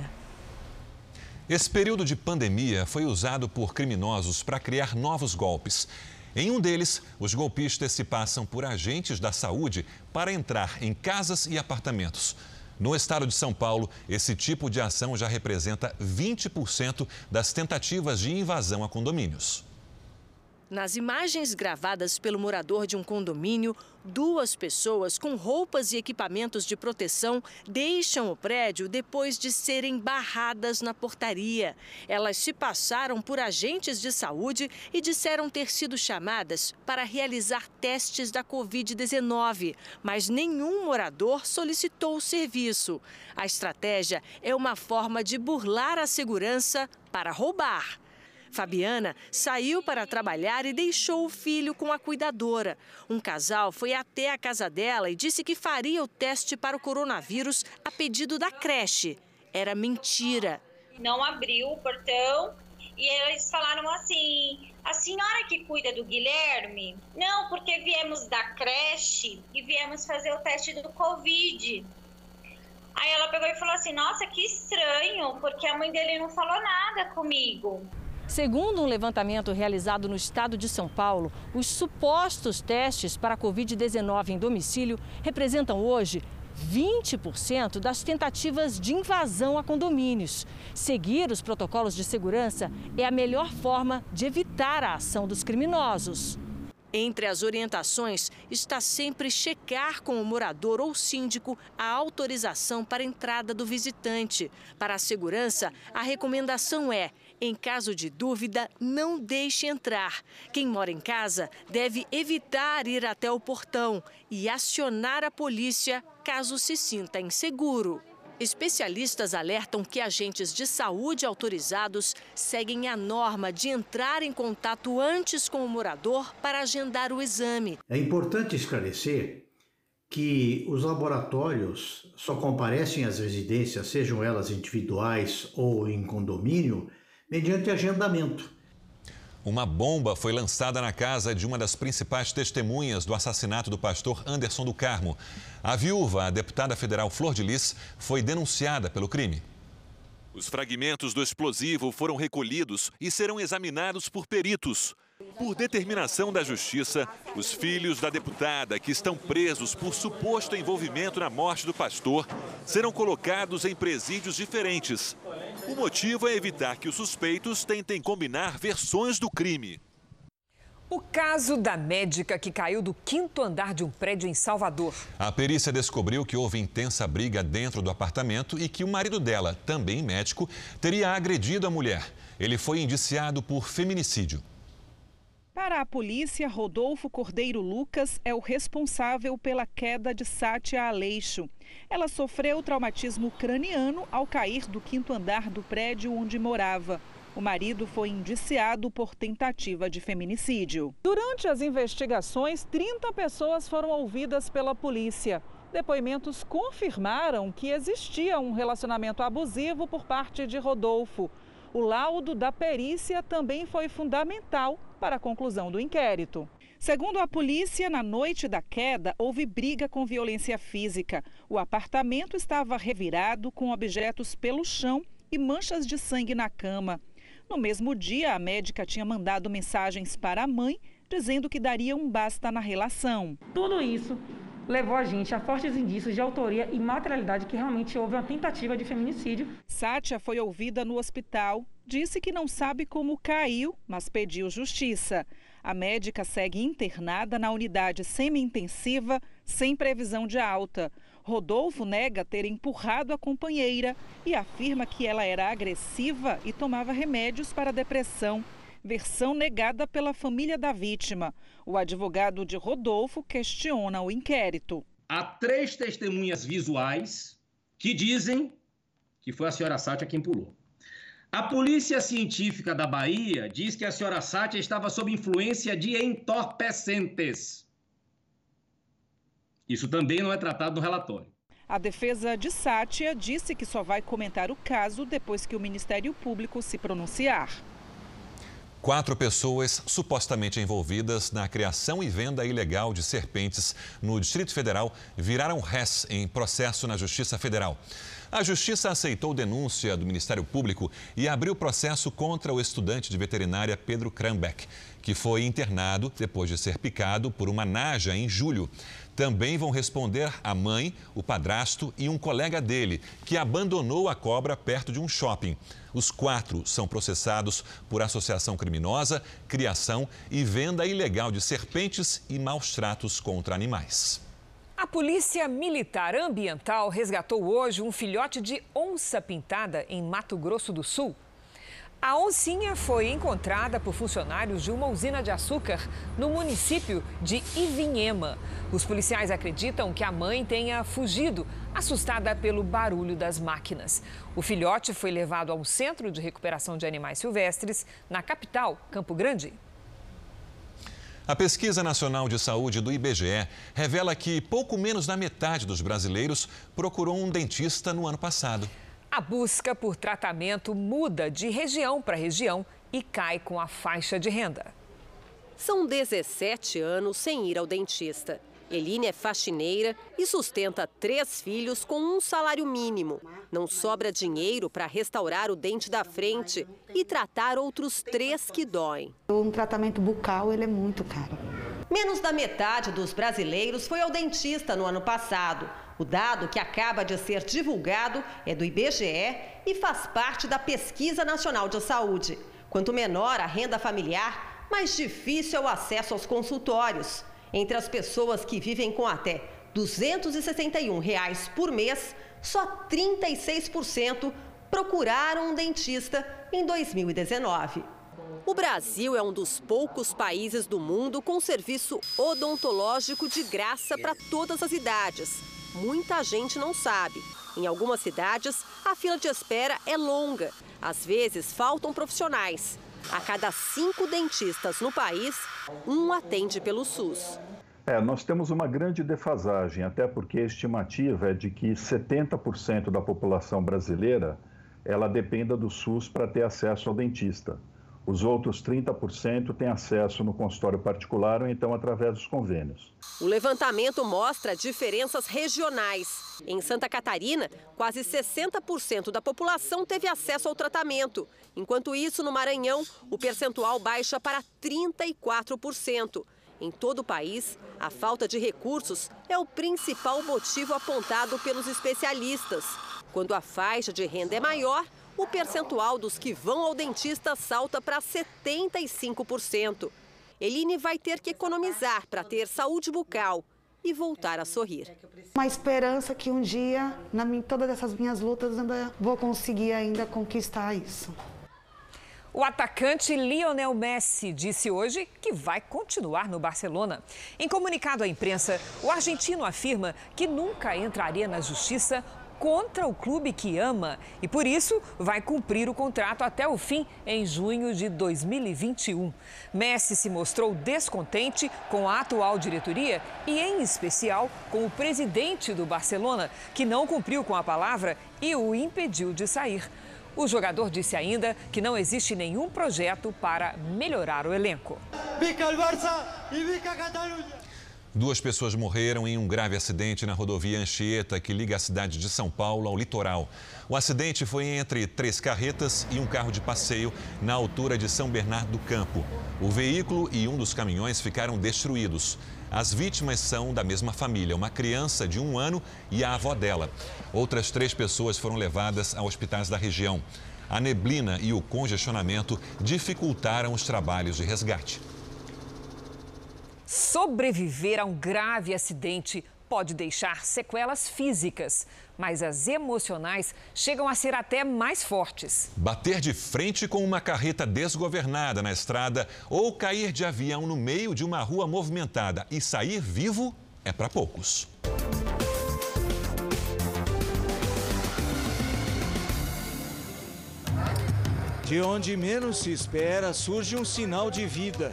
Esse período de pandemia foi usado por criminosos para criar novos golpes. Em um deles, os golpistas se passam por agentes da saúde para entrar em casas e apartamentos. No estado de São Paulo, esse tipo de ação já representa vinte por cento das tentativas de invasão a condomínios. Nas imagens gravadas pelo morador de um condomínio, duas pessoas com roupas e equipamentos de proteção deixam o prédio depois de serem barradas na portaria. Elas se passaram por agentes de saúde e disseram ter sido chamadas para realizar testes da covid dezenove, mas nenhum morador solicitou o serviço. A estratégia é uma forma de burlar a segurança para roubar. Fabiana saiu para trabalhar e deixou o filho com a cuidadora. Um casal foi até a casa dela e disse que faria o teste para o coronavírus a pedido da creche. Era mentira. Não abriu o portão e eles falaram assim: a senhora que cuida do Guilherme? Não, porque viemos da creche e viemos fazer o teste do Covid. Aí ela pegou e falou assim: nossa, que estranho, porque a mãe dele não falou nada comigo. Segundo um levantamento realizado no estado de São Paulo, os supostos testes para a covid dezenove em domicílio representam hoje vinte por cento das tentativas de invasão a condomínios. Seguir os protocolos de segurança é a melhor forma de evitar a ação dos criminosos. Entre as orientações está sempre checar com o morador ou síndico a autorização para a entrada do visitante. Para a segurança, a recomendação é: em caso de dúvida, não deixe entrar. Quem mora em casa deve evitar ir até o portão e acionar a polícia caso se sinta inseguro. Especialistas alertam que agentes de saúde autorizados seguem a norma de entrar em contato antes com o morador para agendar o exame. É importante esclarecer que os laboratórios só comparecem às residências, sejam elas individuais ou em condomínio, mediante agendamento. Uma bomba foi lançada na casa de uma das principais testemunhas do assassinato do pastor Anderson do Carmo. A viúva, a deputada federal Flor de Lis, foi denunciada pelo crime. Os fragmentos do explosivo foram recolhidos e serão examinados por peritos. Por determinação da Justiça, os filhos da deputada, que estão presos por suposto envolvimento na morte do pastor, serão colocados em presídios diferentes. O motivo é evitar que os suspeitos tentem combinar versões do crime. O caso da médica que caiu do quinto andar de um prédio em Salvador. A perícia descobriu que houve intensa briga dentro do apartamento e que o marido dela, também médico, teria agredido a mulher. Ele foi indiciado por feminicídio. Para a polícia, Rodolfo Cordeiro Lucas é o responsável pela queda de Sátia Aleixo. Ela sofreu traumatismo craniano ao cair do quinto andar do prédio onde morava. O marido foi indiciado por tentativa de feminicídio. Durante as investigações, trinta pessoas foram ouvidas pela polícia. Depoimentos confirmaram que existia um relacionamento abusivo por parte de Rodolfo. O laudo da perícia também foi fundamental para a conclusão do inquérito. Segundo a polícia, na noite da queda, houve briga com violência física. O apartamento estava revirado com objetos pelo chão e manchas de sangue na cama. No mesmo dia, a médica tinha mandado mensagens para a mãe, dizendo que daria um basta na relação. Tudo isso levou a gente a fortes indícios de autoria e materialidade que realmente houve uma tentativa de feminicídio. Sátia foi ouvida no hospital, disse que não sabe como caiu, mas pediu justiça. A médica segue internada na unidade semi-intensiva, sem previsão de alta. Rodolfo nega ter empurrado a companheira e afirma que ela era agressiva e tomava remédios para depressão. Versão negada pela família da vítima. O advogado de Rodolfo questiona o inquérito. Há três testemunhas visuais que dizem que foi a senhora Sátia quem pulou. A Polícia Científica da Bahia diz que a senhora Sátia estava sob influência de entorpecentes. Isso também não é tratado no relatório. A defesa de Sátia disse que só vai comentar o caso depois que o Ministério Público se pronunciar. Quatro pessoas supostamente envolvidas na criação e venda ilegal de serpentes no Distrito Federal viraram réis em processo na Justiça Federal. A Justiça aceitou denúncia do Ministério Público e abriu processo contra o estudante de veterinária Pedro Krambeck, que foi internado depois de ser picado por uma naja em julho. Também vão responder a mãe, o padrasto e um colega dele, que abandonou a cobra perto de um shopping. Os quatro são processados por associação criminosa, criação e venda ilegal de serpentes e maus tratos contra animais. A Polícia Militar Ambiental resgatou hoje um filhote de onça-pintada em Mato Grosso do Sul. A oncinha foi encontrada por funcionários de uma usina de açúcar no município de Ivinhema. Os policiais acreditam que a mãe tenha fugido, assustada pelo barulho das máquinas. O filhote foi levado a um centro de recuperação de animais silvestres na capital, Campo Grande. A Pesquisa Nacional de Saúde do I B G E revela que pouco menos da metade dos brasileiros procurou um dentista no ano passado. A busca por tratamento muda de região para região e cai com a faixa de renda. São dezessete anos sem ir ao dentista. Eline é faxineira e sustenta três filhos com um salário mínimo. Não sobra dinheiro para restaurar o dente da frente e tratar outros três que doem. Um tratamento bucal, ele é muito caro. Menos da metade dos brasileiros foi ao dentista no ano passado. O dado que acaba de ser divulgado é do I B G E e faz parte da Pesquisa Nacional de Saúde. Quanto menor a renda familiar, mais difícil é o acesso aos consultórios. Entre as pessoas que vivem com até duzentos e sessenta e um reais por mês, só trinta e seis por cento procuraram um dentista em dois mil e dezenove. O Brasil é um dos poucos países do mundo com serviço odontológico de graça para todas as idades. Muita gente não sabe. Em algumas cidades, a fila de espera é longa. Às vezes, faltam profissionais. A cada cinco dentistas no país, um atende pelo SUS. É, nós temos uma grande defasagem, até porque a estimativa é de que setenta por cento da população brasileira ela dependa do SUS para ter acesso ao dentista. Os outros trinta por cento têm acesso no consultório particular ou então através dos convênios. O levantamento mostra diferenças regionais. Em Santa Catarina, quase sessenta por cento da população teve acesso ao tratamento. Enquanto isso, no Maranhão, o percentual baixa para trinta e quatro por cento. Em todo o país, a falta de recursos é o principal motivo apontado pelos especialistas. Quando a faixa de renda é maior, o percentual dos que vão ao dentista salta para setenta e cinco por cento. Eline vai ter que economizar para ter saúde bucal e voltar a sorrir. Uma esperança que um dia, na minha, todas essas minhas lutas, ainda vou conseguir ainda conquistar isso. O atacante Lionel Messi disse hoje que vai continuar no Barcelona. Em comunicado à imprensa, o argentino afirma que nunca entraria na justiça contra o clube que ama e, por isso, vai cumprir o contrato até o fim, em junho de dois mil e vinte e um. Messi se mostrou descontente com a atual diretoria e, em especial, com o presidente do Barcelona, que não cumpriu com a palavra e o impediu de sair. O jogador disse ainda que não existe nenhum projeto para melhorar o elenco. Viva o Barça e viva a Catalunha! Duas pessoas morreram em um grave acidente na rodovia Anchieta, que liga a cidade de São Paulo ao litoral. O acidente foi entre três carretas e um carro de passeio na altura de São Bernardo do Campo. O veículo e um dos caminhões ficaram destruídos. As vítimas são da mesma família, uma criança de um ano e a avó dela. Outras três pessoas foram levadas a hospitais da região. A neblina e o congestionamento dificultaram os trabalhos de resgate. Sobreviver a um grave acidente pode deixar sequelas físicas, mas as emocionais chegam a ser até mais fortes. Bater de frente com uma carreta desgovernada na estrada ou cair de avião no meio de uma rua movimentada e sair vivo é para poucos. De onde menos se espera, surge um sinal de vida.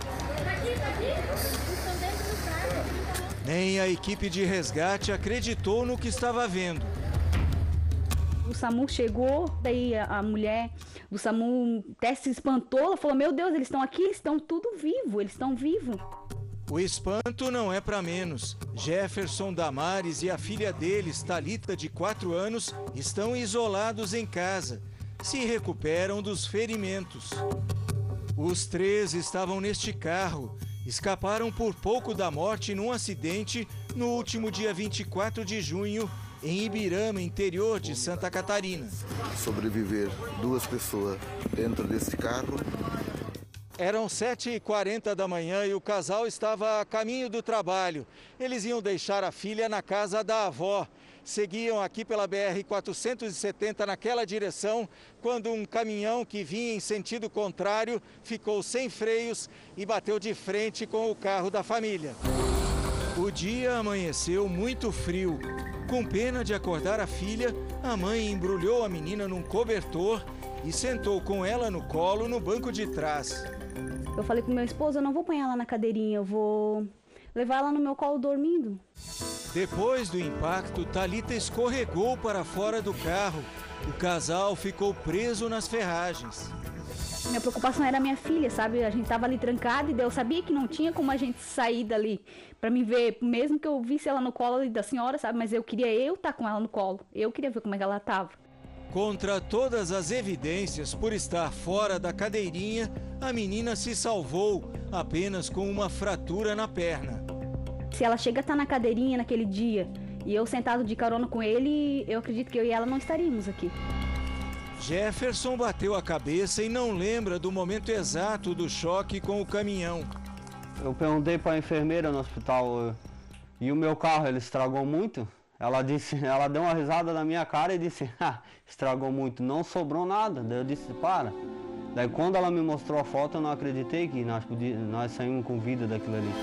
Nem a equipe de resgate acreditou no que estava vendo. O SAMU chegou, daí a mulher do SAMU até se espantou, ela falou, meu Deus, eles estão aqui, eles estão tudo vivos, eles estão vivos. O espanto não é para menos. Jefferson Damares e a filha deles, Thalita, de quatro anos, estão isolados em casa. Se recuperam dos ferimentos. Os três estavam neste carro. Escaparam por pouco da morte num acidente no último dia vinte e quatro de junho, em Ibirama, interior de Santa Catarina. Sobreviver duas pessoas dentro desse carro. Eram sete e quarenta da manhã e o casal estava a caminho do trabalho. Eles iam deixar a filha na casa da avó. Seguiam aqui pela B R quatrocentos e setenta naquela direção, quando um caminhão que vinha em sentido contrário ficou sem freios e bateu de frente com o carro da família. O dia amanheceu muito frio. Com pena de acordar a filha, a mãe embrulhou a menina num cobertor e sentou com ela no colo no banco de trás. Eu falei com meu esposo, eu não vou pôr ela na cadeirinha, eu vou levar ela no meu colo dormindo. Depois do impacto, Thalita escorregou para fora do carro. O casal ficou preso nas ferragens. Minha preocupação era a minha filha, sabe? A gente tava ali trancado e eu sabia que não tinha como a gente sair dali para me ver, mesmo que eu visse ela no colo ali da senhora, sabe? Mas eu queria eu estar com ela no colo. Eu queria ver como é que ela tava. Contra todas as evidências, por estar fora da cadeirinha, a menina se salvou apenas com uma fratura na perna. Se ela chega a estar na cadeirinha naquele dia e eu sentado de carona com ele, eu acredito que eu e ela não estaríamos aqui. Jefferson bateu a cabeça e não lembra do momento exato do choque com o caminhão. Eu perguntei para a enfermeira no hospital, e o meu carro, ele estragou muito? Ela disse, ela deu uma risada na minha cara e disse, ah, estragou muito, não sobrou nada. Daí eu disse, para. Daí quando ela me mostrou a foto, eu não acreditei que nós, podíamos, nós saímos com vida daquilo ali.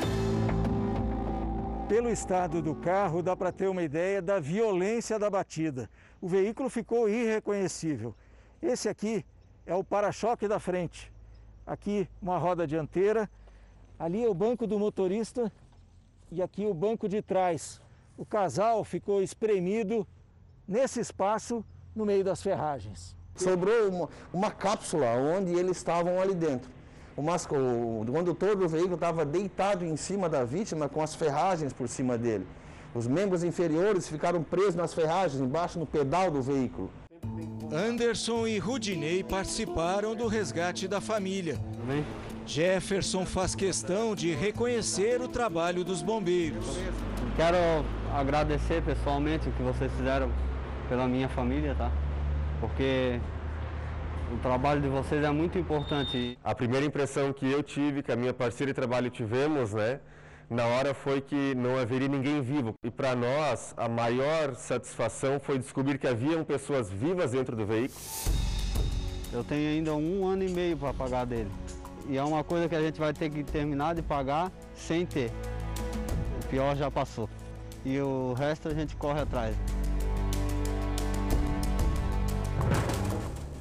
Pelo estado do carro, dá para ter uma ideia da violência da batida. O veículo ficou irreconhecível. Esse aqui é o para-choque da frente. Aqui uma roda dianteira, ali é o banco do motorista e aqui o banco de trás. O casal ficou espremido nesse espaço no meio das ferragens. Sobrou uma, uma cápsula onde eles estavam ali dentro. O, masco, o condutor do veículo estava deitado em cima da vítima com as ferragens por cima dele. Os membros inferiores ficaram presos nas ferragens, embaixo no pedal do veículo. Anderson e Rudinei participaram do resgate da família. Amém. Jefferson faz questão de reconhecer o trabalho dos bombeiros. Quero agradecer pessoalmente o que vocês fizeram pela minha família, tá? Porque o trabalho de vocês é muito importante. A primeira impressão que eu tive, que a minha parceira de trabalho tivemos, né, na hora foi que não haveria ninguém vivo. E para nós, a maior satisfação foi descobrir que haviam pessoas vivas dentro do veículo. Eu tenho ainda um ano e meio para pagar dele. E é uma coisa que a gente vai ter que terminar de pagar sem ter. O pior já passou. E o resto a gente corre atrás.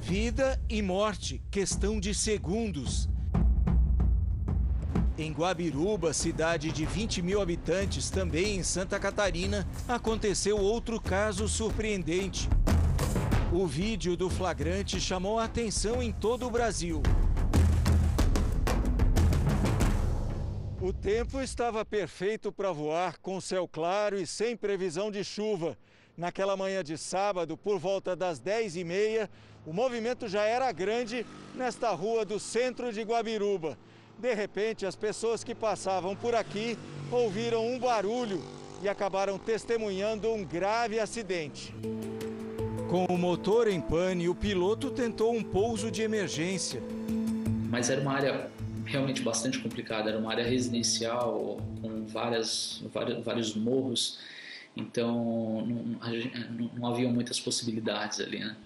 Vida e morte, questão de segundos. Em Guabiruba, cidade de vinte mil habitantes, também em Santa Catarina, aconteceu outro caso surpreendente. O vídeo do flagrante chamou a atenção em todo o Brasil. O tempo estava perfeito para voar, com céu claro e sem previsão de chuva. Naquela manhã de sábado, por volta das dez e meia, o movimento já era grande nesta rua do centro de Guabiruba. De repente, as pessoas que passavam por aqui ouviram um barulho e acabaram testemunhando um grave acidente. Com o motor em pane, o piloto tentou um pouso de emergência. Mas era uma área realmente bastante complicada, era uma área residencial com várias, vários, vários morros, então não, não, não havia muitas possibilidades ali, né?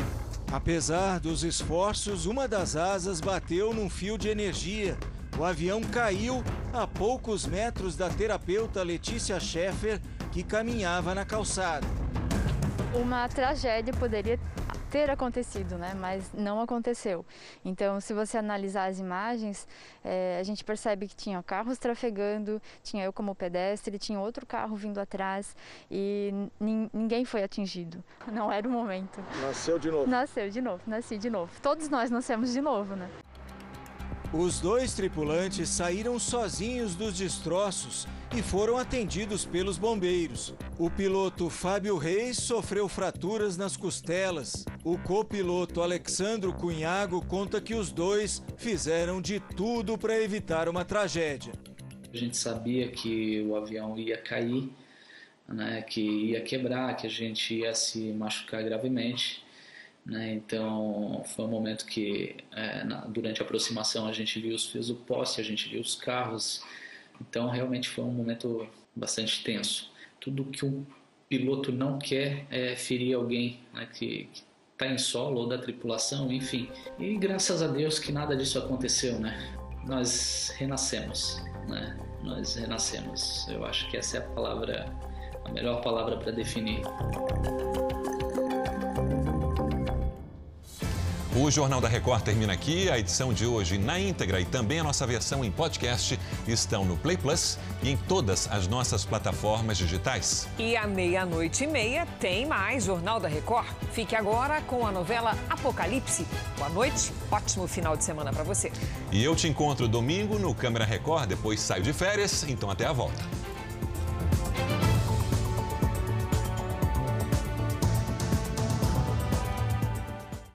Apesar dos esforços, uma das asas bateu num fio de energia. O avião caiu a poucos metros da terapeuta Letícia Scheffer, que caminhava na calçada. Uma tragédia poderia ter acontecido, né? Mas não aconteceu. Então, se você analisar as imagens, é, a gente percebe que tinha carros trafegando, tinha eu como pedestre, tinha outro carro vindo atrás e ninguém foi atingido. Não era o momento. Nasceu de novo? Nasceu de novo, nasci de novo. Todos nós nascemos de novo, né? Os dois tripulantes saíram sozinhos dos destroços e foram atendidos pelos bombeiros. O piloto Fábio Reis sofreu fraturas nas costelas. O copiloto Alexandro Cunhago conta que os dois fizeram de tudo para evitar uma tragédia. A gente sabia que o avião ia cair, né, que ia quebrar, que a gente ia se machucar gravemente. Né, então foi um momento que é, na, durante a aproximação a gente viu os fios do poste, a gente viu os carros, então realmente foi um momento bastante tenso. Tudo que um piloto não quer é ferir alguém, né, que está em solo ou da tripulação, enfim. E graças a Deus que nada disso aconteceu, né? Nós renascemos, né? Nós renascemos. Eu acho que essa é a palavra, a melhor palavra para definir. O Jornal da Record termina aqui. A edição de hoje na íntegra e também a nossa versão em podcast estão no Play Plus e em todas as nossas plataformas digitais. E à meia-noite e meia tem mais Jornal da Record. Fique agora com a novela Apocalipse. Boa noite, ótimo final de semana para você. E eu te encontro domingo no Câmera Record, depois saio de férias, então até a volta.